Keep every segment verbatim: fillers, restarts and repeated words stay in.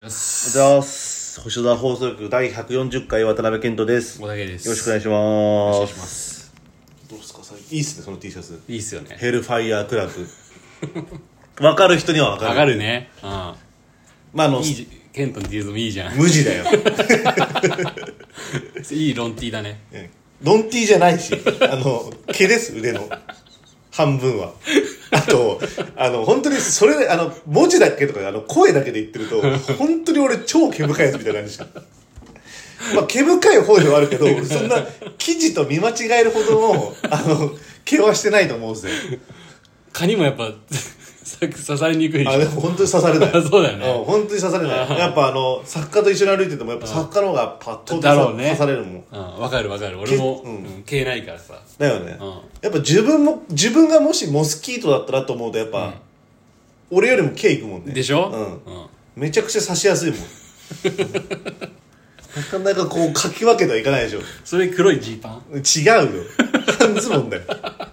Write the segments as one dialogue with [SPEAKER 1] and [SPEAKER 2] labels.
[SPEAKER 1] ざいます。星空放送局第ひゃくよんじゅっかい渡辺健人です。
[SPEAKER 2] 小田です。
[SPEAKER 1] よろしくお願いします。
[SPEAKER 2] お願いします。
[SPEAKER 1] どうですか、いいっすね、その T シャツ。
[SPEAKER 2] いいっすよね。
[SPEAKER 1] ヘルファイヤークラブ。分かる人には分かる。
[SPEAKER 2] 分かるね。うん。
[SPEAKER 1] まああの、
[SPEAKER 2] いいじケントの T シャツもいいじゃん。
[SPEAKER 1] 無地だよ。
[SPEAKER 2] いいロン T だね。
[SPEAKER 1] ロン T じゃないし、あの毛です腕の半分は。あとあの本当にそれあの文字だけとかあの声だけで言ってると本当に俺超毛深いやつみたいな感じじゃん。まあ毛深い方ではあるけど、そんな生地と見間違えるほどのあの毛はしてないと思うぜ。
[SPEAKER 2] 蚊にもやっぱ刺されにくいでしょ。
[SPEAKER 1] あでも本当に刺されない。
[SPEAKER 2] そうだよね。
[SPEAKER 1] うん、本当に刺されない。やっぱあの作家と一緒に歩いててもやっぱ作家の方がパッと刺されるもん。
[SPEAKER 2] うん、分かる分かる。俺も、うん、毛ないからさ。
[SPEAKER 1] だよね、うん、やっぱ自分も自分がもしモスキートだったらと思うとやっぱ、うん、俺よりも毛いくもんね。
[SPEAKER 2] でしょ、
[SPEAKER 1] うんうん、めちゃくちゃ刺しやすいもん。なかなかこうかき分けてはいかないでしょ。
[SPEAKER 2] それ黒いジーパン？
[SPEAKER 1] 違うよ。半ズボンだよ。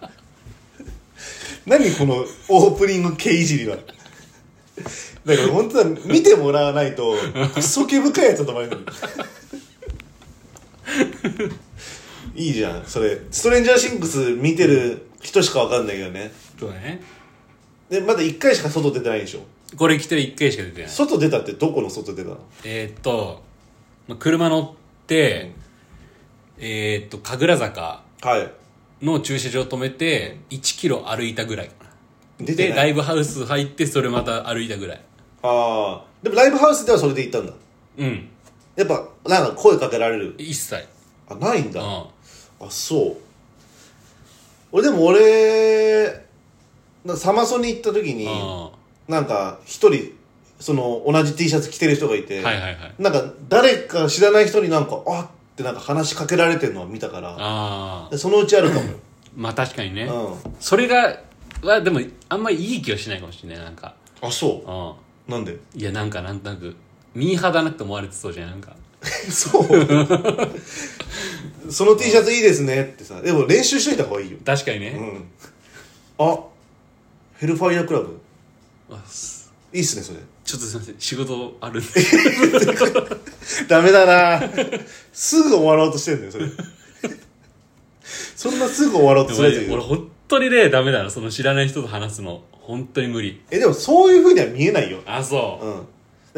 [SPEAKER 1] 何このオープニング毛いじりは。だから本当は見てもらわないとクソ毛深いやつだと思われる。いいじゃんそれ。ストレンジャーシングス見てる人しかわかんないけどね。
[SPEAKER 2] そうだね。
[SPEAKER 1] でまだいっかいしか外出てないでしょ。
[SPEAKER 2] これ着てるいっかいしか出てない。
[SPEAKER 1] 外出たってどこの外出たの？
[SPEAKER 2] えー、っと車乗って、うん、えー、っと神楽坂の駐車場止めていちキロ歩いたぐらいかな。でライブハウス入ってそれまた歩いたぐらい。
[SPEAKER 1] ああでもライブハウスではそれで行ったんだ。
[SPEAKER 2] うん。
[SPEAKER 1] やっぱなんか声かけられる？
[SPEAKER 2] 一切。
[SPEAKER 1] あないんだ。
[SPEAKER 2] うん、
[SPEAKER 1] あそう。俺でも俺サマソに行った時になんか一人その同じ T シャツ着てる人がいて、
[SPEAKER 2] はいはいはい、
[SPEAKER 1] なんか誰か知らない人になんかあってなんか話しかけられてるのを見たから、
[SPEAKER 2] あ
[SPEAKER 1] そのうちあるかもよ。
[SPEAKER 2] まあ確かにね、
[SPEAKER 1] うん、
[SPEAKER 2] それがはでもあんまりいい気はしないかもしれない。なんか
[SPEAKER 1] あそう、
[SPEAKER 2] うん、
[SPEAKER 1] なんで？
[SPEAKER 2] いやなんかなんとなくミーハーだなって思われてそうじゃん。なんか
[SPEAKER 1] そうその T シャツいいですねってさ。でも練習しといた方がいいよ。
[SPEAKER 2] 確かにね、
[SPEAKER 1] うん、あヘルファイアクラブ
[SPEAKER 2] あ
[SPEAKER 1] いいっすねそれ。
[SPEAKER 2] ちょっとすいません仕事あるんで
[SPEAKER 1] ダメだな。すぐ終わろうとしてんだよそれ。そんなすぐ終わろうとするやついる？
[SPEAKER 2] 俺本当にねダメだな、その知らない人と話すの本当に無理。
[SPEAKER 1] えでもそういう風には見えないよ。
[SPEAKER 2] あそう、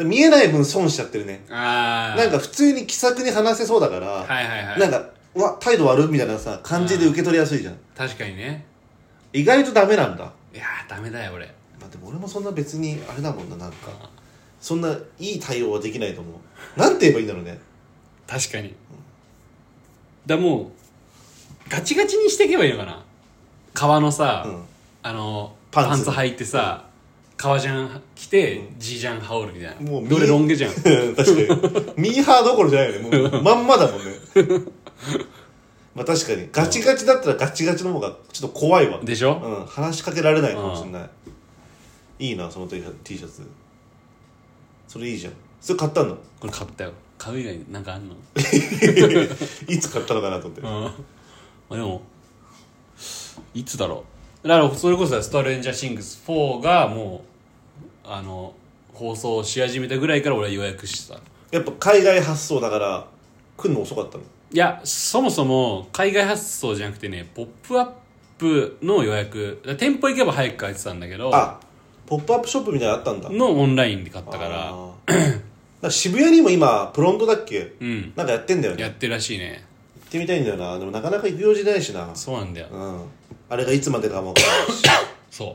[SPEAKER 1] うん、見えない分損しちゃってるね。
[SPEAKER 2] あ
[SPEAKER 1] なんか普通に気さくに話せそうだから、
[SPEAKER 2] はいはいはい、
[SPEAKER 1] なんかうわ態度悪いみたいなさ感じで受け取りやすいじゃん。
[SPEAKER 2] 確かにね。
[SPEAKER 1] 意外とダメなんだ。
[SPEAKER 2] いやーダメだよ俺。
[SPEAKER 1] まあでも俺もそんな別にあれだもんな。なんかそんないい対応はできないと思う。なんて言えばいいんだろうね。
[SPEAKER 2] 確かに、うん、だもうガチガチにしていけばいいのかな。革のさ、うん、あのパンツ、パンツ履いてさ、うん、革ジャン着て、うん、ジージャン羽織るみたいな。もうどれロン毛じゃん。確かに
[SPEAKER 1] ミーハーどころじゃないよね。もうまんまだもんね。まあ確かにガチガチだったらガチガチの方がちょっと怖いわ。
[SPEAKER 2] でしょ、
[SPEAKER 1] うん、話しかけられないかもしれない。いいなその T シャツ。それいいじゃん。それ買ったんだ？
[SPEAKER 2] これ買ったよ。買う以外なんかあんの？
[SPEAKER 1] いつ買ったのかなと思って。うん、
[SPEAKER 2] まあでもいつだろう。だからそれこそストレンジャーシングスフォーがもうあの放送し始めたぐらいから俺は予約してた。
[SPEAKER 1] やっぱ海外発送だから来るの遅かったの？
[SPEAKER 2] いやそもそも海外発送じゃなくてね、ポップアップの予約、店舗行けば早く帰ってたんだけど、
[SPEAKER 1] あポップアップショップみたいなのあったんだ。
[SPEAKER 2] のオンラインで買ったから。
[SPEAKER 1] だから渋谷にも今プロントだっけ、
[SPEAKER 2] うん、
[SPEAKER 1] なんかやってんだよね。
[SPEAKER 2] やってるらしいね。
[SPEAKER 1] 行ってみたいんだよな。でもなかなか行く用事ないしな。
[SPEAKER 2] そうなんだよ、
[SPEAKER 1] うん、あれがいつまでかも分からないし
[SPEAKER 2] そう、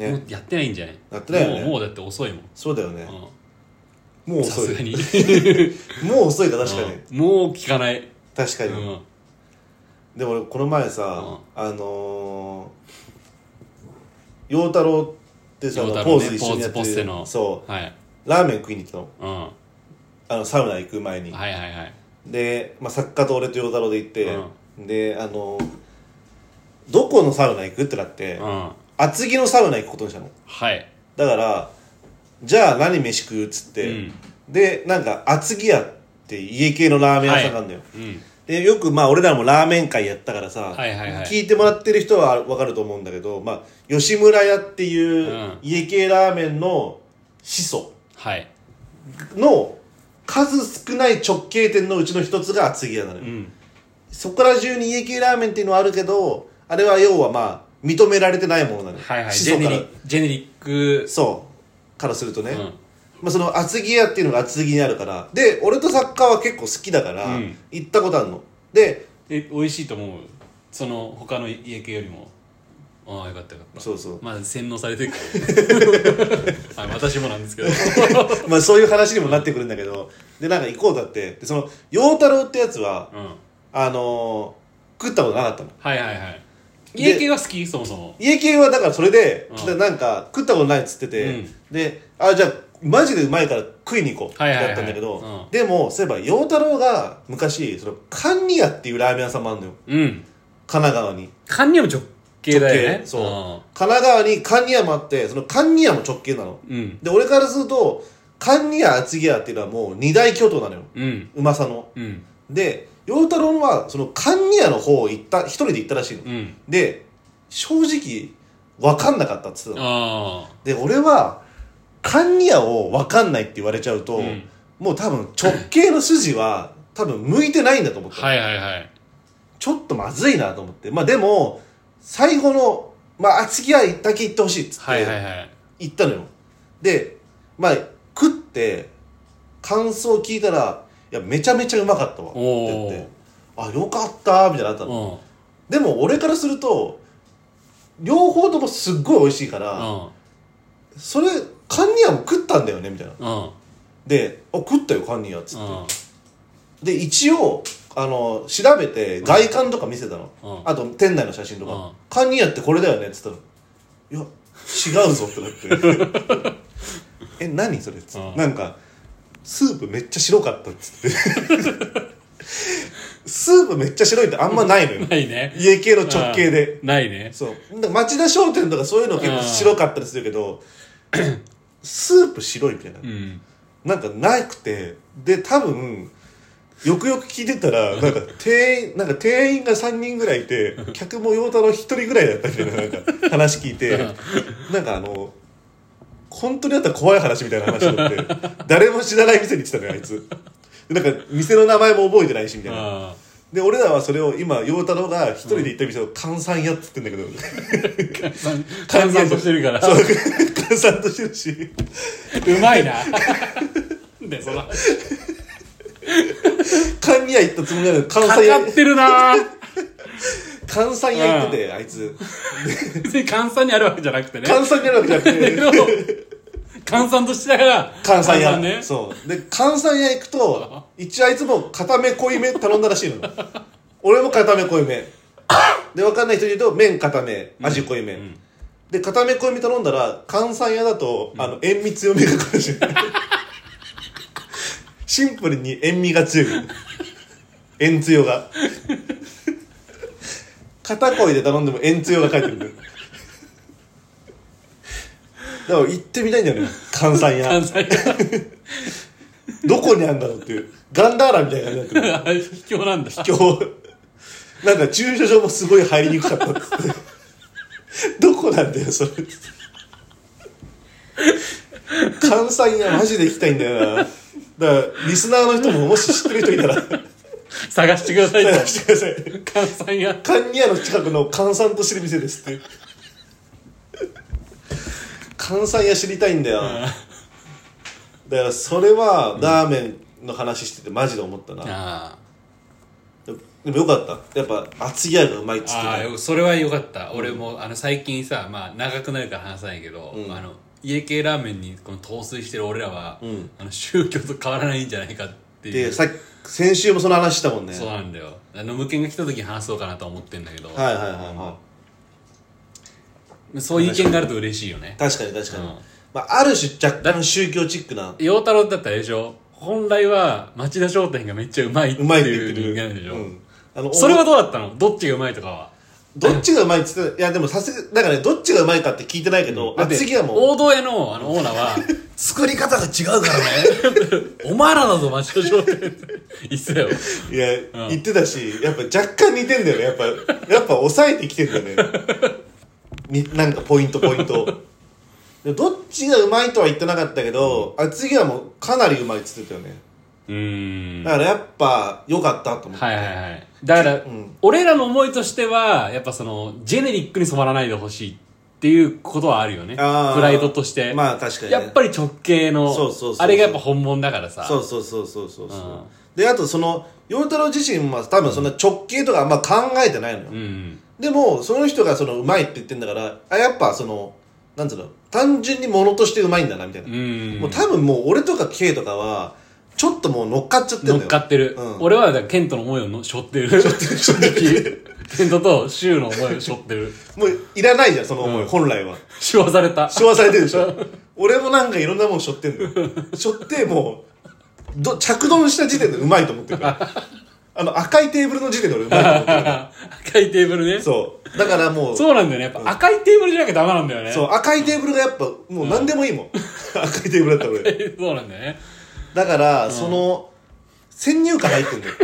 [SPEAKER 2] ね、もうやってないんじゃない？
[SPEAKER 1] やってないよね。
[SPEAKER 2] もう、もうだって遅いもん。
[SPEAKER 1] そうだよね、うん、もう遅い。さすがにもう遅いか確かに、
[SPEAKER 2] うん、もう聞かない。
[SPEAKER 1] 確かに、うん、でも俺この前さ、うん、あのー、陽太郎ってさ、ね、ポーズ一緒にやってる、
[SPEAKER 2] ポーズポステの
[SPEAKER 1] そう、
[SPEAKER 2] はい、
[SPEAKER 1] ラーメン食いに行ったの、
[SPEAKER 2] うん、
[SPEAKER 1] あのサウナ行く前に。
[SPEAKER 2] はいはいはい。
[SPEAKER 1] で、まあ、作家と俺と陽太郎で行って、うん、であのどこのサウナ行くってなって、うん、厚木のサウナ行くことにしたの。
[SPEAKER 2] はい
[SPEAKER 1] だからじゃあ何飯食うっつって、うん、でなんか厚木屋って家系のラーメン屋さんなんだよ、はいうん、でよくまあ俺らもラーメン会やったからさ、はいはいはい、聞いてもらってる人は分かると思うんだけど、まあ、吉村屋っていう家系ラーメンの始祖の数少ない直径店のうちの一つが厚木屋なのよ、うん、そこら中に家系ラーメンっていうのはあるけど、あれは要はまあ認められてないものなのよ、
[SPEAKER 2] はいはい、ジェネリジェネリック
[SPEAKER 1] そうからするとね、うん、まあ、その厚木屋っていうのが厚木にあるから、で俺とサッカーは結構好きだから、うん、行ったことあるので、
[SPEAKER 2] え美味しいと思う、その他の家系よりも。ああよかったよかった。
[SPEAKER 1] そうそう、
[SPEAKER 2] まだ洗脳されてるからはい、私もなんですけど
[SPEAKER 1] まあそういう話にもなってくるんだけど、でなんか行こうだって、でその陽太郎ってやつは、うん、あのー、食ったことなかったの。
[SPEAKER 2] はいはいはい。家系は好き、そもそも。
[SPEAKER 1] 家系はだからそれで、うん、でなんか食ったことないっつってて、うん、であじゃあマジでうまいから食いに行こうだったんだけど、はいはいはい、うん、でもそういえば陽太郎が昔その甘味屋っていうラーメン屋さんもあるのよ、うん、神奈川に。
[SPEAKER 2] 甘味屋も直径だよね。
[SPEAKER 1] そう、うん、神奈川に甘味屋もあって、その甘味屋も直径なの、うん、で俺からすると甘味屋厚木屋っていうのはもう二大巨頭なのよ、うん、うまさの、うん、で陽太郎はその甘味屋の方行った一人で行ったらしいの、うん、で正直分かんなかったっつってたの。で俺は甘味屋を分かんないって言われちゃうと、うん、もう多分直径の筋は多分向いてないんだと思った
[SPEAKER 2] はいはいはい。
[SPEAKER 1] ちょっとまずいなと思って、まあでも最後のまあ厚木屋だけ行ってほしいっつって行ったのよ。でまあ食って感想聞いたら、いやめちゃめちゃうまかったわって言って、あよかったみたいなのあったの。でも俺からすると両方ともすっごい美味しいから、それカンニヤも食ったんだよねみたいな。であ食ったよカンニヤっつって、で一応あの調べて外観とか見せたの、あと店内の写真とか、カンニヤってこれだよねっつったら、いや違うぞってなってえ何それっつって、なんかスープめっちゃ白かったっつってスープめっちゃ白いってあんまないのよ
[SPEAKER 2] ないね、
[SPEAKER 1] 家系の直径で
[SPEAKER 2] ないね。
[SPEAKER 1] そう町田商店とかそういうの結構白かったりするけどスープ白いみたいな、うん、なんかなくて、で多分よくよく聞いてたらなんか店員なんか店員がさんにんぐらいいて客も陽太郎ひとりぐらいだったみたいな、なんか話聞いてなんかあの本当にあった怖い話みたいな話になって誰も知らない店に行ってたのよあいつで、なんか店の名前も覚えてないしみたいな。で俺らはそれを今陽太郎が一人で行った店を閑散屋っつってんだけど
[SPEAKER 2] 閑散としてるから
[SPEAKER 1] そう閑散としてるし
[SPEAKER 2] うまいなでその
[SPEAKER 1] 甘味屋行ったつもりなのに関西屋
[SPEAKER 2] かかってるな
[SPEAKER 1] 関西屋行ってて、うん、あいつ
[SPEAKER 2] 別に関西にあるわけじゃなくてね、
[SPEAKER 1] 関西にあるわけじゃなくて
[SPEAKER 2] 関西としてだから
[SPEAKER 1] 関西屋ね。そうで関西屋行くと一応あいつも固め濃いめ頼んだらしいの俺も固め濃いめで分かんない人に言うと麺固め味濃いめ、うんうん、で固め濃いめ頼んだら関西屋だと、うん、あの塩味強めが来るしシンプルに塩味が強い塩強が片恋で頼んでも塩強が返ってくるだから行ってみたいんだよね関西屋
[SPEAKER 2] 関西屋
[SPEAKER 1] どこにあるんだろうっていうガンダーラみたいな感じになってる
[SPEAKER 2] 秘境なんだ
[SPEAKER 1] 秘境なんか駐車場もすごい入りにくかったっつってどこなんだよそれ関西屋マジで行きたいんだよな。だからリスナーの人ももし知ってる人いたら
[SPEAKER 2] 探してください。
[SPEAKER 1] 探してください。
[SPEAKER 2] 関西屋
[SPEAKER 1] 関屋の近くの閑散としてる店ですって関西屋知りたいんだよ。だからそれはラーメンの話しててマジで思ったな、うん、あでもよかった。やっぱ厚木屋がうまいっつって、ね、
[SPEAKER 2] あそれはよかった、うん、俺もあの最近さ、まあ、長くなるから話さないけど、うん、あの家系ラーメンにこの陶酔してる俺らは、うん、あの宗教と変わらないんじゃないかっていう。
[SPEAKER 1] でさ先週もその話したもんね。
[SPEAKER 2] そうなんだよ。ノムケンが来た時に話そうかなと思ってんだけど、
[SPEAKER 1] はいはいはいはい、
[SPEAKER 2] そういう意見があると嬉しいよね。
[SPEAKER 1] 確かに確かに、うん、まあ、ある種若干宗教チックな。
[SPEAKER 2] 陽太郎だったらでしょ、本来は町田商店がめっちゃうまいっていう人間でしょ、うん、あのそれはどうだったの？どっちがうまいとかは。
[SPEAKER 1] どっちがうまいって言ってた。いやでもさすがだからね、どっちがうまいかって聞いてないけど、
[SPEAKER 2] うん、次はもう王道屋のあのオーナーは作り方が違うからねお前らだぞ町田商店って言ってたよ。
[SPEAKER 1] いや、うん、言ってたし、やっぱ若干似てんだよね。やっぱやっぱ抑えてきてんだよねになんかポイントポイントでどっちがうまいとは言ってなかったけど、うん、あ次はもうかなりうまいって言ってたよね。
[SPEAKER 2] うーん
[SPEAKER 1] だからやっぱ良かったと思って。
[SPEAKER 2] はいはいはい。だから、うん、俺らの思いとしてはやっぱそのジェネリックに染まらないでほしいっていうことはあるよね。プライドとして。
[SPEAKER 1] まあ確かに、ね、
[SPEAKER 2] やっぱり直系の
[SPEAKER 1] そうそうそうそう、
[SPEAKER 2] あれがやっぱ本物だからさ。
[SPEAKER 1] そうそうそうそうそうそう、うん、であとその陽太郎自身も多分そんな直系とかあんま考えてないのよ、うん、でもその人がそのうまいって言ってんだから、あやっぱそのなんつうの単純に物としてうまいんだなみたいな、うん、もう多分もう俺とか K とかはちょっともう乗っかっちゃってるんだよ。
[SPEAKER 2] 乗っかってる、うん、俺はだからケントの思いをの背負ってる背負ってる正直ケントとシュウの思いを背負ってる
[SPEAKER 1] もういらないじゃんその思い、うん、本来は
[SPEAKER 2] 背負わされた
[SPEAKER 1] 背負わされてるでしょ俺もなんかいろんなもん背負ってんだよ背負ってもうど着丼した時点でうまいと思ってるからあの赤いテーブルの時点で俺うまいと思ってるから
[SPEAKER 2] 赤いテーブルね。
[SPEAKER 1] そうだからもう
[SPEAKER 2] そうなんだよね。やっぱ赤いテーブルじゃなきゃダメなんだよね。
[SPEAKER 1] そう赤いテーブルがやっぱもう何でもいいもん、うん、赤いテーブルだったら俺
[SPEAKER 2] そうなんだよね。
[SPEAKER 1] だから、うん、その先入観入ってんだよ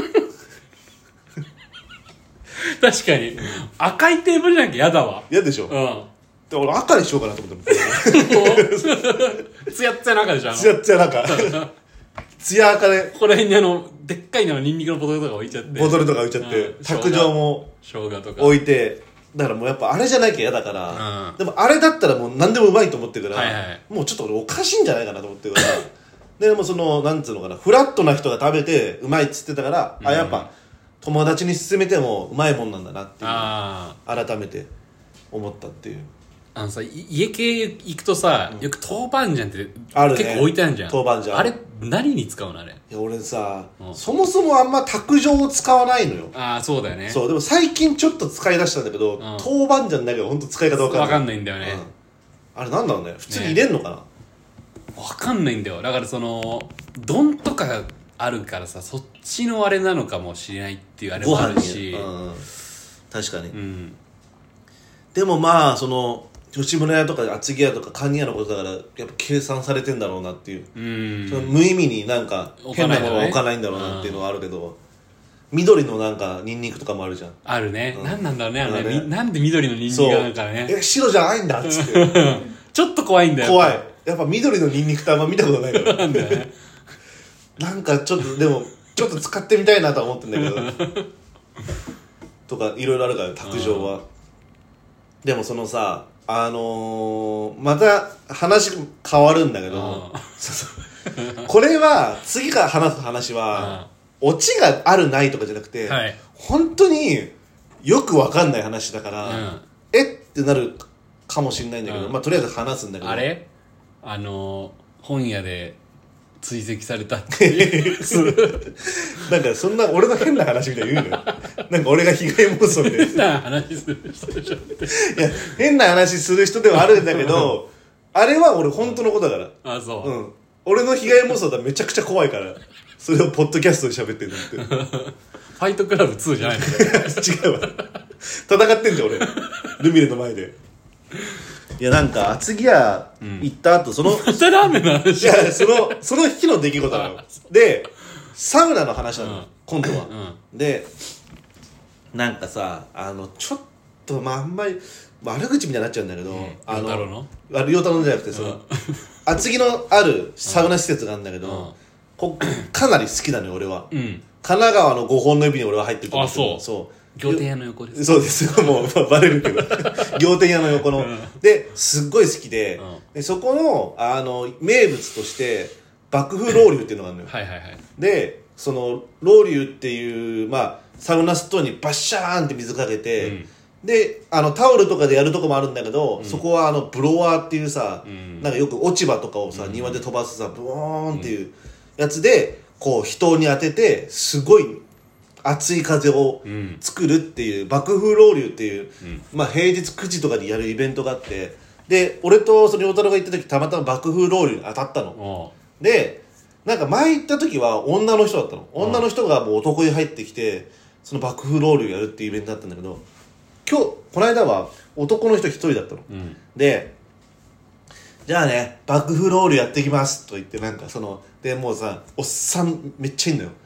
[SPEAKER 2] 確かに、うん、赤いテーブルじゃなきゃ嫌だわ。
[SPEAKER 1] 嫌でしょ。
[SPEAKER 2] うん
[SPEAKER 1] で俺赤にしようかなと思って
[SPEAKER 2] ツヤッツヤの赤でしょ。
[SPEAKER 1] ツヤッツヤの赤ツヤ赤で
[SPEAKER 2] ここら辺にあのでっかいのニンニクのボトルとか置いちゃって
[SPEAKER 1] ボトルとか置いちゃって、うん、卓上も
[SPEAKER 2] 生姜とか
[SPEAKER 1] 置いて、だからもうやっぱあれじゃなきゃ嫌だから、うん、でもあれだったらもう何でもうまいと思ってるから、はいはい、もうちょっと俺おかしいんじゃないかなと思ってるからでもそのなんつうのかなフラットな人が食べてうまいっつってたから、うん、あやっぱ友達に勧めてもうまいもんなんだなっていう改めて思ったっていう。
[SPEAKER 2] あのさ家系行くとさ、うん、よく豆板醤ってある、ね、結構置いてあるじゃん。
[SPEAKER 1] 豆板醤
[SPEAKER 2] あれ何に使うのあれ。
[SPEAKER 1] いや俺さ、うん、そもそもあんま卓上を使わないのよ。
[SPEAKER 2] ああそうだよね。
[SPEAKER 1] そうでも最近ちょっと使い出したんだけど、うん、豆板醤だけど本当使い方わかんない。
[SPEAKER 2] わかんないんだよね、
[SPEAKER 1] うん、あれなんだろうね普通に入れんのかな、ね、
[SPEAKER 2] わかんないんだよ。だからその丼とかあるからさそっちのあれなのかもしれないっていうあれもあるし、
[SPEAKER 1] うん、確かに、うん、でもまあその吉村屋とか厚木屋とかカニ屋のことだからやっぱ計算されてんだろうなっていう、うん、その無意味になんか変なものは置かないんだろうなっていうのはあるけど、うん、緑のなんかニンニクとかもあるじゃん。あ
[SPEAKER 2] るね、うん、何なんだろうねあれね、なんで緑のニンニクなんかね
[SPEAKER 1] え白じゃないんだっつって
[SPEAKER 2] ちょっと怖いんだよ。
[SPEAKER 1] 怖いやっぱ緑のニンニクってあんま見たことないからなんだよねなんかちょっとでもちょっと使ってみたいなとは思ってんだけどとかいろいろあるから卓上は、うん、でもそのさあのー、また話変わるんだけどこれは次から話す話はオチがあるないとかじゃなくて、はい、本当によくわかんない話だから、うん、えってなるかもしれないんだけど、うん、まあとりあえず話すんだけど
[SPEAKER 2] あれあのー、本屋で追跡されたって
[SPEAKER 1] なんかそんな俺の変な話みたいに言うのよなんか俺が被害妄想みたいな
[SPEAKER 2] 変な話する人でしょってい
[SPEAKER 1] や変な話する人ではあるんだけどあれは俺本当のことだから。
[SPEAKER 2] あそう、
[SPEAKER 1] うん、俺の被害妄想だめちゃくちゃ怖いからそれをポッドキャストで喋ってるのって
[SPEAKER 2] ファイトクラブツーじゃないの
[SPEAKER 1] 違うわ戦ってんじゃん俺ルミネの前で。いやなんか厚木屋行った後、うん、その
[SPEAKER 2] またラーメンの話
[SPEAKER 1] いやそのその日の出来事なのでサウナの話なの、うん、今度は、うん、でなんかさあのちょっとまああんまり悪口みたいになっちゃうんだけど、うん、あの
[SPEAKER 2] 陽太郎の
[SPEAKER 1] あ陽太郎のじゃなくてその、うん、厚木のあるサウナ施設があるんだけど、うん、こかなり好きなのよ俺は、うん、神奈川のごほんの指に俺は入ってると思う。
[SPEAKER 2] あそう
[SPEAKER 1] そう
[SPEAKER 2] 仰天屋の横です。
[SPEAKER 1] そうですもう、まあ、バレるけど仰天屋の横の、うん、ですっごい好き で,、うん、でそこ の, あの名物として爆風ロウリュっていうのがあるのよ
[SPEAKER 2] はいはい、はい、
[SPEAKER 1] でそのロウリュっていう、まあ、サウナストーンにバッシャーンって水かけて、うん、であのタオルとかでやるとこもあるんだけど、うん、そこはあのブロワーっていうさ、うん、なんかよく落ち葉とかをさ、うん、庭で飛ばすさブーンっていうやつでこう人に当ててすごい熱い風を作るっていう、うん、爆風ロウリュっていう、うんまあ、平日くじとかにやるイベントがあってで俺とその陽太郎が行った時たまたま爆風ロウリュに当たったのでなんか前行った時は女の人だったの女の人がもう男に入ってきてその爆風ロウリュやるっていうイベントだったんだけど今日この間は男の人一人だったの、うん、でじゃあね爆風ロウリュやってきますと言ってなんかそのでもうさおっさんめっちゃいんのよ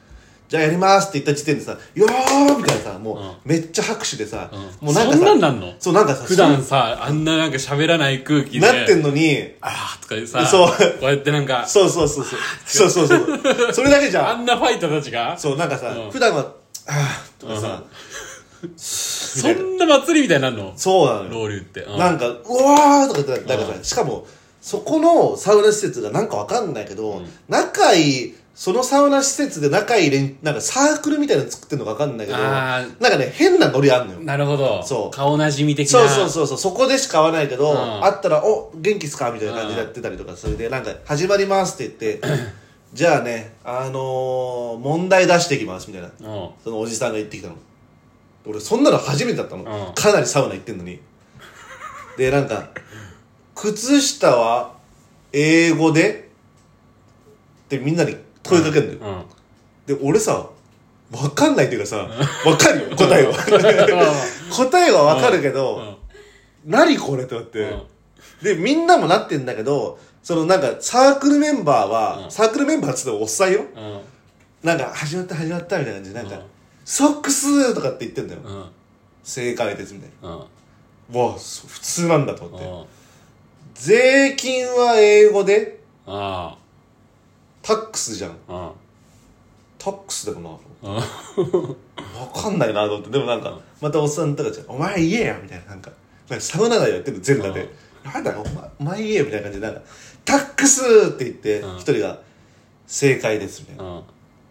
[SPEAKER 1] じゃあやりますって言った時点でさ、よーみたいなさ、もう、
[SPEAKER 2] うん、
[SPEAKER 1] めっちゃ拍手でさ、
[SPEAKER 2] うん、
[SPEAKER 1] もうなんかさ、
[SPEAKER 2] そんなんなんの？
[SPEAKER 1] そう、なんかさ、
[SPEAKER 2] 普段さ、あんななんか喋らない空気で。
[SPEAKER 1] なってんのに、
[SPEAKER 2] あーとかでさ、
[SPEAKER 1] そう。
[SPEAKER 2] こうやってなんか、
[SPEAKER 1] そうそうそうそう。そうそうそう。それだけじゃん。
[SPEAKER 2] あんなファイターたちが
[SPEAKER 1] そう、なんかさ、
[SPEAKER 2] うん、
[SPEAKER 1] 普段は、あーとかさ、
[SPEAKER 2] うん、そんな祭りみたいになるの？
[SPEAKER 1] そうなのよ。
[SPEAKER 2] ロウリュって。うん、
[SPEAKER 1] なんか、うわーとか言って、なんかさ、しかも、そこのサウナ施設がなんかわかんないけど、うん、仲いい、そのサウナ施設で仲いい連、なんかサークルみたいなの作ってるのかわかんないけど、なんかね、変なノリあんのよ。
[SPEAKER 2] なるほど。
[SPEAKER 1] そう。
[SPEAKER 2] 顔なじみ的な。
[SPEAKER 1] そうそうそうそう、そこでしか会わないけど、
[SPEAKER 2] うん、
[SPEAKER 1] 会ったら、お、元気っすかみたいな感じでやってたりとか、それで、なんか、始まりますって言って、じゃあね、あのー、問題出してきます、みたいな。うん、そのおじさんが言ってきたの。俺、そんなの初めてだったの。うん、かなりサウナ行ってんのに。で、なんか、靴下は英語でってみんなに問いかけるんだよ。うん、で、俺さ、わかんないっていうかさ、わかるよ、答えは。答えはわかるけど、うん、何これってなって、うん。で、みんなもなってんだけど、そのなんかサークルメンバーは、うん、サークルメンバーっつってもおっさんよ。うん、なんか、始まった始まったみたいな感じで、なんか、うん、ソックスとかって言ってんだよ。うん、正解ですみたいな。うん、わあ、普通なんだと思って。うん、税金は英語で、ああタックスじゃん。ああタックスでもな。わかんないなと思って。でもなんか、またおっさんとかじゃん、お前言えやみたいな。なんか、なんかサウナ内やってるの全裸で。なんだよ、お前、お前言えよみたいな感じで、なんか、タックスって言って、一人が、正解ですみたいな。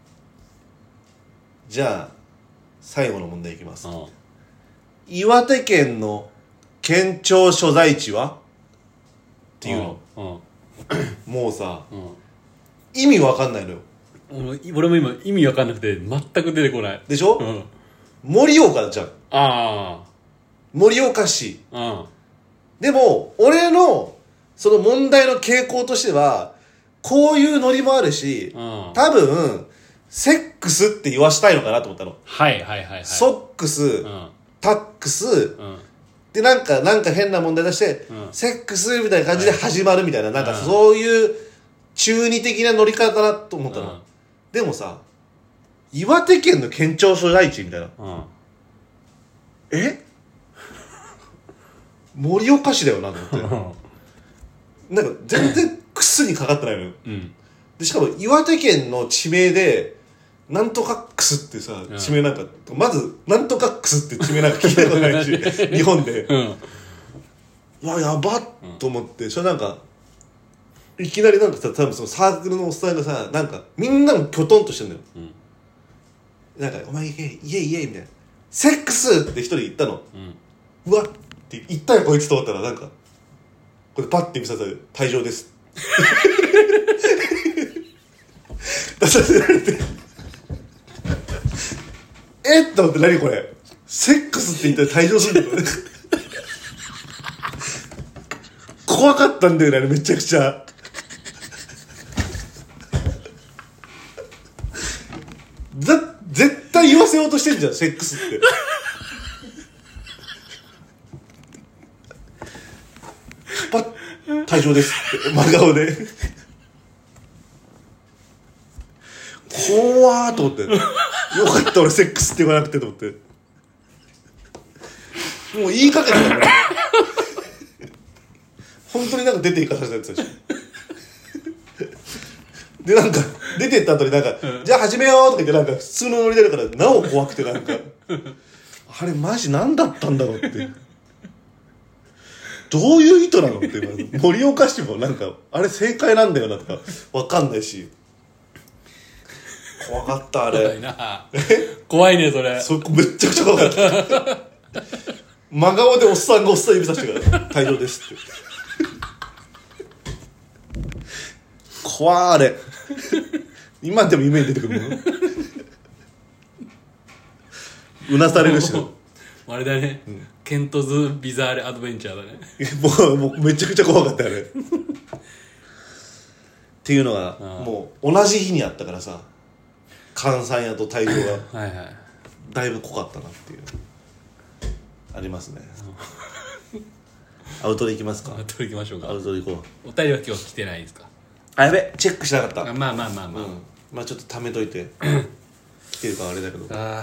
[SPEAKER 1] じゃあ、最後の問題いきます。岩手県の県庁所在地はっていうの。もうさ、意味わかんないのよ。
[SPEAKER 2] 俺も今意味わかんなくて全く出てこない。
[SPEAKER 1] でしょ、うん、盛岡じゃん。ああ。盛岡市。うん。でも、俺の、その問題の傾向としては、こういうノリもあるし、うん、多分、セックスって言わしたいのかなと思ったの。
[SPEAKER 2] はいはいはいはい。
[SPEAKER 1] ソックス、うん、タックス、うん、で、なんか、なんか変な問題出して、うん、セックスみたいな感じで始まるみたいな、はい、なんかそういう中二的なノリ方だなと思ったの。うん、でもさ、岩手県の県庁所在地みたいな。うん、え盛岡市だよなと思って。なんか全然クスにかかってないのよ。うん、でしかも岩手県の地名で、なんとかクスってさ、地名なんか、うん、まず、なんとかクスって地名なんか聞いたことないし、日本で。うん、うわ、やばっと思って、それなんか、いきなりなんかさ、多分そのサークルのおっさんがさ、なんか、みんなもキョトンとしてんのよ。うん、なんか、お前言え、言え言え、みたいな。セックスって一人言ったの。うん、うわって言ったよ、こいつと思ったら、なんか、これパッて見させて、退場です。出させられて。えっと思って、何これ。セックスって言ったら退場するんだよね。怖かったんだよね、あれめちゃくちゃ。だ絶対言わせようとしてんじゃん、セックスって。パッ、退場ですって、真顔で。怖ーと思って。よかった俺セックスって言わなくてと思って。もう言いかけたからね。本当になんか出ていかさせたやつだし。でなんか出てった後になんか、うん、じゃあ始めようとか言ってなんか普通のノリでるからなお怖くてなんかあれマジ何だったんだろうって。どういう意図なのって盛岡市もなんかあれ正解なんだよなとかわかんないし。怖かったあれ。
[SPEAKER 2] 怖いな。怖いねそれ。
[SPEAKER 1] そこめっちゃくちゃ怖かった。真顔でおっさんがおっさん指さしてから退場ですって。怖ーあれ。今でも夢に出てくるもん。うなされるしな。
[SPEAKER 2] あれだね、うん、ケントズ・ビザーレ・アドベンチャーだね。
[SPEAKER 1] もう、もうめちゃくちゃ怖かったよね。っていうのがもう同じ日にあったからさ、関西屋と大量がはい、はい、だいぶ濃かったなっていうありますね。アウトで行きますか。
[SPEAKER 2] アウトで行きましょうか。
[SPEAKER 1] アウトで行こう。
[SPEAKER 2] お便りは今日来てないですか。
[SPEAKER 1] あ、やべチェックしなかった。
[SPEAKER 2] まあまあまあまあ、
[SPEAKER 1] うん、まあちょっと貯めといて。 来てるからあれだけど
[SPEAKER 2] あ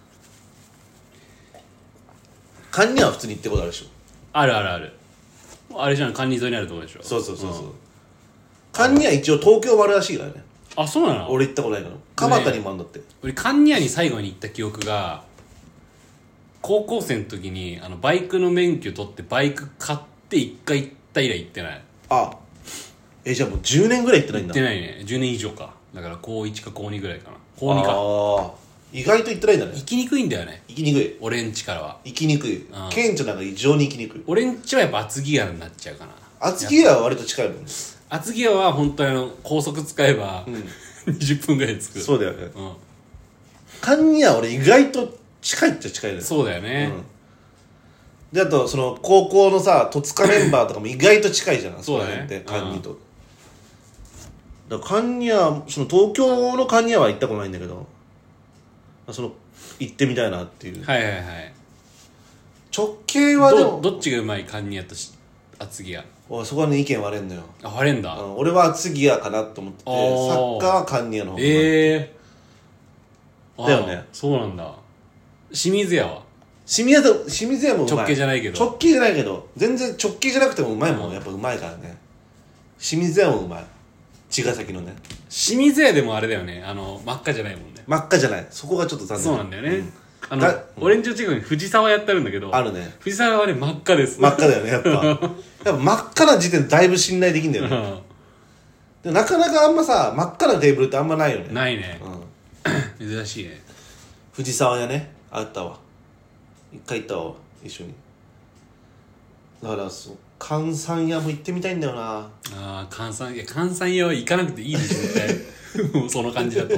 [SPEAKER 1] カンニは普通に行ってことあるでしょ。
[SPEAKER 2] あるあるある。あれじゃん、カンニ沿いにあるとこでしょ。
[SPEAKER 1] そうそうそうそう、
[SPEAKER 2] ん、
[SPEAKER 1] カンニは一応東京もあるらしいからね。
[SPEAKER 2] あ、そうなの。
[SPEAKER 1] 俺行ったことないから蒲田にもあるんだって、ね、
[SPEAKER 2] 俺カンニ屋に最後に行った記憶が高校生の時にあのバイクの免許取ってバイク買って一回行った以来行ってない。
[SPEAKER 1] あえじゃあもうじゅうねんぐらい行ってないんだ。
[SPEAKER 2] 行ってないね。じゅうねん以上か。だから高いちか高にぐらいかな。高にか。
[SPEAKER 1] ああ意外と行ってないんだね。
[SPEAKER 2] 行きにくいんだよね。
[SPEAKER 1] 行きにくい。
[SPEAKER 2] 俺んちからは
[SPEAKER 1] 行きにくい。顕著なんか異常に行きにくい。
[SPEAKER 2] 俺んちはやっぱ厚木屋になっちゃうかな。
[SPEAKER 1] 厚木屋は割と近いもんね。
[SPEAKER 2] 厚木屋は本当にあの高速使えば、うん、にじゅっぷんぐらいで着く。
[SPEAKER 1] そうだよね。
[SPEAKER 2] うん。
[SPEAKER 1] カンニ屋は俺意外と近いっちゃ近いね。
[SPEAKER 2] そうだよね。
[SPEAKER 1] うんであとその高校のさ戸塚メンバーとかも意外と近いじゃん。
[SPEAKER 2] そうだね。
[SPEAKER 1] ってカンニと。だからカンニはその東京のカンニは行ったことないんだけど、その行ってみたいなっていう。
[SPEAKER 2] はいはいはい。
[SPEAKER 1] 直径はでも
[SPEAKER 2] ど, どっちがうまいカンニ屋と厚木屋。
[SPEAKER 1] おそこはね意見割れんのよ。
[SPEAKER 2] あ割れんだ。
[SPEAKER 1] うん、俺は厚木屋かなと思ってて、サッカーはカンニ屋の方が。
[SPEAKER 2] ええー、
[SPEAKER 1] だよね。
[SPEAKER 2] そうなんだ。清水屋は
[SPEAKER 1] 清水屋と清水屋もうまい。
[SPEAKER 2] 直径じゃないけど。
[SPEAKER 1] 直径じゃないけど全然直径じゃなくてもうまいもん、うん、やっぱうまいからね。清水屋もうまい。茅ヶ崎のね。
[SPEAKER 2] 清水屋でもあれだよね。あの真っ赤じゃないもんね。
[SPEAKER 1] 真っ赤じゃない。そこがちょっと残念。
[SPEAKER 2] そうなんだよね。うん、あの、
[SPEAKER 1] うん、
[SPEAKER 2] オレンジの近くに藤沢やってるんだけど。
[SPEAKER 1] あるね。
[SPEAKER 2] 藤沢はね真っ赤です。
[SPEAKER 1] 真っ赤だよねやっぱ。やっぱ真っ赤な時点でだいぶ信頼できんだよね。でなかなかあんまさ真っ赤なテーブルってあんまないよね。
[SPEAKER 2] ないね。
[SPEAKER 1] うん、
[SPEAKER 2] 珍しいね。
[SPEAKER 1] 藤沢屋ねあったわ。一回行ったわ一緒に。だからそう関山屋も行ってみたいんだよな。
[SPEAKER 2] ああ関山屋関山屋は行かなくていいでしょ絶対。その感じだと。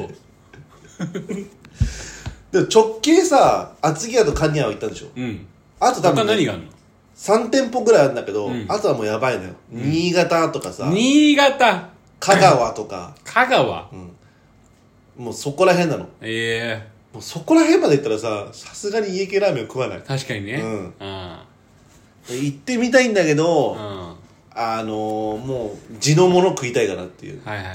[SPEAKER 1] でも直径さ厚木屋とカンニ屋は行ったんでしょ。
[SPEAKER 2] うん。
[SPEAKER 1] あと多分、ね、
[SPEAKER 2] 他何があるの
[SPEAKER 1] さん店舗ぐらいあるんだけど、
[SPEAKER 2] うん、
[SPEAKER 1] あとはもうやばいのよ、うん、新潟とかさ
[SPEAKER 2] 新潟
[SPEAKER 1] 香川とか
[SPEAKER 2] 香川、
[SPEAKER 1] うん、もうそこら辺なの。
[SPEAKER 2] ええ
[SPEAKER 1] ー、もうそこら辺まで行ったらささすがに家系ラーメン食わない。
[SPEAKER 2] 確かにね、うん、
[SPEAKER 1] あ行ってみたいんだけど、うん、あのー、もう地のもの食いたいかなっていう。
[SPEAKER 2] はいはいはい。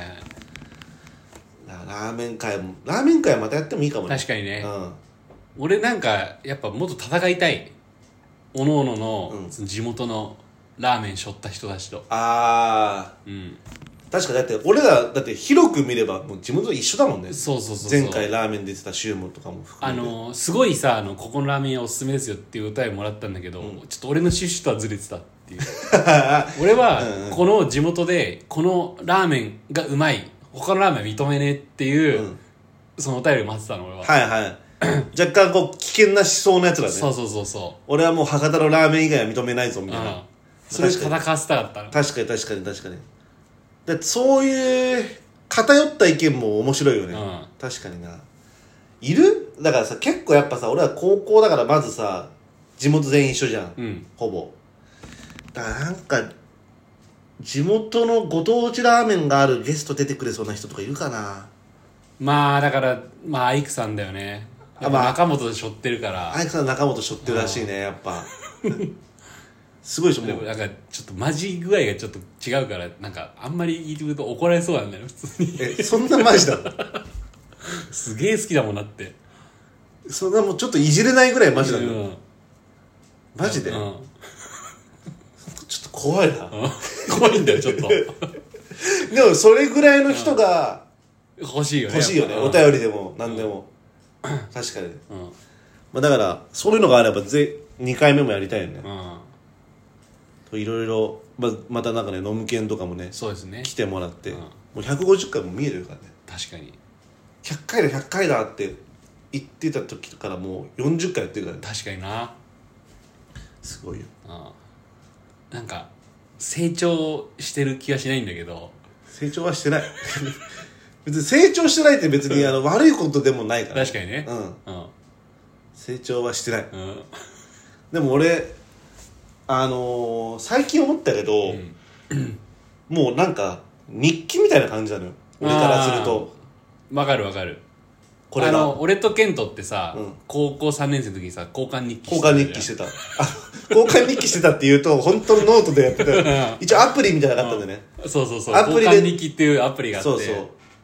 [SPEAKER 1] ラーメン会もラーメン会またやってもいいかもね。
[SPEAKER 2] 確かにね、
[SPEAKER 1] うん、
[SPEAKER 2] 俺なんかやっぱもっと戦いたい。おのおのの、うん、その地元のラーメンしょった人たちと。
[SPEAKER 1] ああ、
[SPEAKER 2] うん、
[SPEAKER 1] 確かだって俺らだって広く見ればもう地元一緒だもんね。
[SPEAKER 2] そうそうそうそう。
[SPEAKER 1] 前回ラーメン出てたシューモとかも含めて、
[SPEAKER 2] あのー、すごいさあのここのラーメン屋おすすめですよっていう歌いもらったんだけど、うん、ちょっと俺の趣旨とはずれてたっていう。俺はこの地元でこのラーメンがうまい他のラーメン認めねえっていう、うん、そのお便りを待ってたの俺は。
[SPEAKER 1] はいはい。若干こう危険な思想のやつらね。
[SPEAKER 2] そうそうそうそう。
[SPEAKER 1] 俺はもう博多のラーメン以外は認めないぞみたいな。
[SPEAKER 2] それ戦わせたかったの。
[SPEAKER 1] 確かに確かに確かに。でそういう偏った意見も面白いよね、うん、確かにな。いるだからさ結構やっぱさ俺は高校だからまずさ地元全員一緒じゃん、うん、ほぼ。だからなんか地元のご当地ラーメンがあるゲスト出てくれそうな人とかいるかな。
[SPEAKER 2] まあだからまあアイクさんだよね。やっぱ中本で背負ってるから、まあ、
[SPEAKER 1] アイクさん中本背負ってるらしいねやっぱ。すごいでしょ。
[SPEAKER 2] でもなんかちょっとマジ具合がちょっと違うからなんかあんまり言いると怒られそうなんだよ普通に。
[SPEAKER 1] えそんなマジだ
[SPEAKER 2] すげえ好きだもんなって。
[SPEAKER 1] そんなもうちょっといじれないぐらいマジだよ、うん、マジで、うん、ちょっと怖いな、うん、
[SPEAKER 2] 怖いんだよちょっと。
[SPEAKER 1] でもそれぐらいの人が、
[SPEAKER 2] うん、欲しいよね
[SPEAKER 1] 欲しいよね、うん、お便りでも何でも、うん、確かに、うんまあ、だからそういうのがあればぜにかいめもやりたいよね、いろいろまたなんかね飲む券とかもね
[SPEAKER 2] そうですね
[SPEAKER 1] 来てもらって、うん、もうひゃくごじゅっかいも見えてるからね。
[SPEAKER 2] 確かに
[SPEAKER 1] ひゃっかいだひゃっかいだって言ってた時からもうよんじゅっかいやってるからね。
[SPEAKER 2] 確かにな。
[SPEAKER 1] すごいよ、
[SPEAKER 2] うん、なんか成長してる気はしないんだけど。
[SPEAKER 1] 成長はしてない別に成長してないって別にあの悪いことでもないから、
[SPEAKER 2] ね、確かにね、
[SPEAKER 1] うんうん、成長はしてない、うん、でも俺あのー、最近思ったけど、うん、もうなんか日記みたいな感じなのよ俺からすると。
[SPEAKER 2] わかるわかる。これあの俺とケントってさ、うん、高校さんねん生の時にさ交換日記してた。
[SPEAKER 1] 交換日記してた交換日記してたって言うと本当のノートでやってた一応アプリみたいなのがあったんでね、
[SPEAKER 2] うん、そうそうそうアプリで交換日記っていうアプリがあって、
[SPEAKER 1] そうそう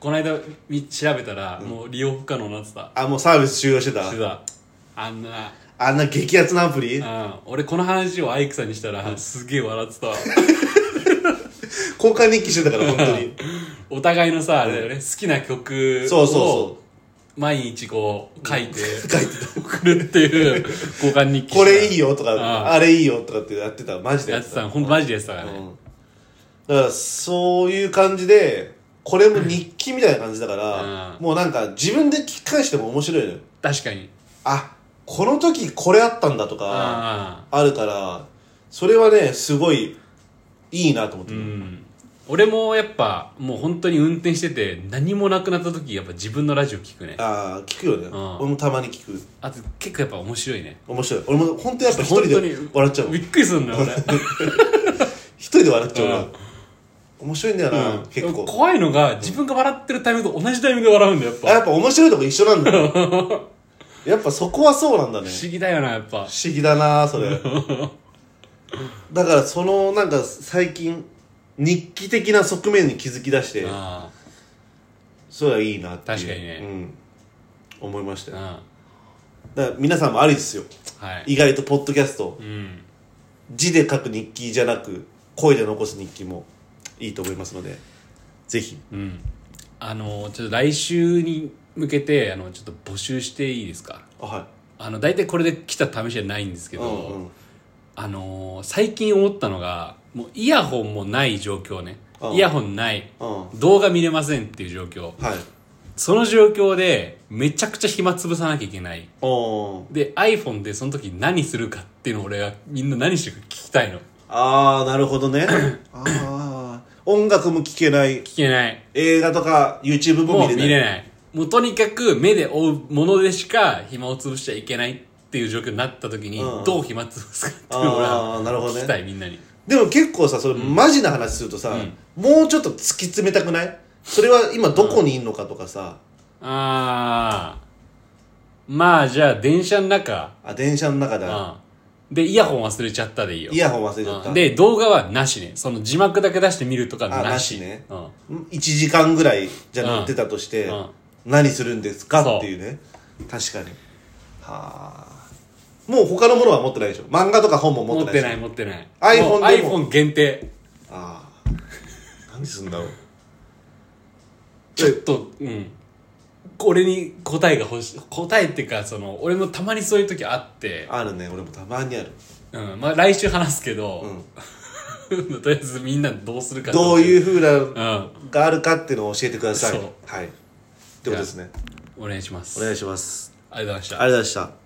[SPEAKER 2] この間み調べたら、うん、もう利用不可能になってた。
[SPEAKER 1] あ、もうサービス終了してた。
[SPEAKER 2] してた。あんな
[SPEAKER 1] あんな激アツなアプリ。
[SPEAKER 2] うん、俺この話をアイクさんにしたら、うん、すげえ笑ってたわ。
[SPEAKER 1] 交換日記してたから本当に。
[SPEAKER 2] お互いのさ、あれだよね、好きな曲を
[SPEAKER 1] そうそうそう
[SPEAKER 2] 毎日こう書いて、うん、書いて送るっていう交換日記。
[SPEAKER 1] これいいよとか、あ, あれいいよとかってやってた。マジで
[SPEAKER 2] やってた。やってた。ほんとマジでやってたからね。
[SPEAKER 1] うん、だからそういう感じで、これも日記みたいな感じだから、うん、もうなんか自分で聞き返しても面白いのよ。
[SPEAKER 2] 確かに。
[SPEAKER 1] あ、この時これあったんだとかあるから、それはねすごいいいなと思ってる。うん、
[SPEAKER 2] 俺もやっぱもう本当に運転してて何もなくなった時やっぱ自分のラジオ聞くね。
[SPEAKER 1] ああ、聞くよね、うん、俺もたまに聞く。
[SPEAKER 2] あと結構やっぱ面白いね。
[SPEAKER 1] 面白い。俺も本当やっぱ一人で笑っちゃう。
[SPEAKER 2] びっくりするんだよ俺。
[SPEAKER 1] 一人で笑っちゃうな、うん、面白いんだよな、うん、結構
[SPEAKER 2] 怖いのが自分が笑ってるタイミングと同じタイミングで笑うんだよやっぱ。
[SPEAKER 1] あ、やっぱ面白いとこ一緒なんだよ。やっぱそこはそうなんだね。
[SPEAKER 2] 不思議だよなやっぱ。
[SPEAKER 1] 不思議だなそれ。だからそのなんか最近日記的な側面に気づき出して、あそれはいいなっていう。
[SPEAKER 2] 確かにね、
[SPEAKER 1] うん、思いましたよ。だから皆さんもありですよ、はい、意外とポッドキャスト、うん、字で書く日記じゃなく声で残す日記もいいと思いますのでぜひ、
[SPEAKER 2] うん、あのちょっと来週に向けてあのちょっと募集していいですか。
[SPEAKER 1] あ、はい。
[SPEAKER 2] あの大体これで来た試しはないんですけど、うんうん、あのー、最近思ったのがもうイヤホンもない状況ね、うん、イヤホンない、うん、動画見れませんっていう状況、はい、その状況でめちゃくちゃ暇つぶさなきゃいけない。で iPhone でその時何するかっていうのを俺がみんな何してるか聞きたいの。
[SPEAKER 1] ああ、なるほどね。ああ、音楽も聴けない、
[SPEAKER 2] 聞けない、
[SPEAKER 1] 映画とか YouTube も見れない、もう
[SPEAKER 2] 見れない。もうとにかく目で追うものでしか暇を潰しちゃいけないっていう状況になった時に、うん、どう暇つぶすかっていうのを俺は聞きたい、みんなに。
[SPEAKER 1] でも結構さ、それマジな話するとさ、うん、もうちょっと突き詰めたくない？それは今どこにいんのかとかさ、
[SPEAKER 2] うん、あー、まあじゃあ電車の中。
[SPEAKER 1] あ、電車の中だ、
[SPEAKER 2] うん、でイヤホン忘れちゃったでいいよ。
[SPEAKER 1] イヤホン忘れちゃった、
[SPEAKER 2] うん、で動画はなしね。その字幕だけ出して見るとかなし。
[SPEAKER 1] あ、なしね、うん、いちじかんぐらいじゃ載ってたとして、うんうん、何するんですかっていうね。確かに。はあ。もう他のものは持ってないでしょ。漫画とか本も持ってないでしょ。
[SPEAKER 2] 持ってない持ってない。iPhone でも iPhone 限定。
[SPEAKER 1] ああ。何すんだろう。
[SPEAKER 2] ちょっと、うん。俺に答えが欲しい。答えっていうか、その、俺もたまにそういう時あって。
[SPEAKER 1] あるね、俺もたまにある。
[SPEAKER 2] うん。まあ来週話すけど、うん、とりあえずみんなどうするか。
[SPEAKER 1] どういう風な、うん、があるかっていうのを教えてください。そう。はい。ってことですね。
[SPEAKER 2] お願いします。
[SPEAKER 1] お願いします。
[SPEAKER 2] ありがとうございました。
[SPEAKER 1] ありがとうございました。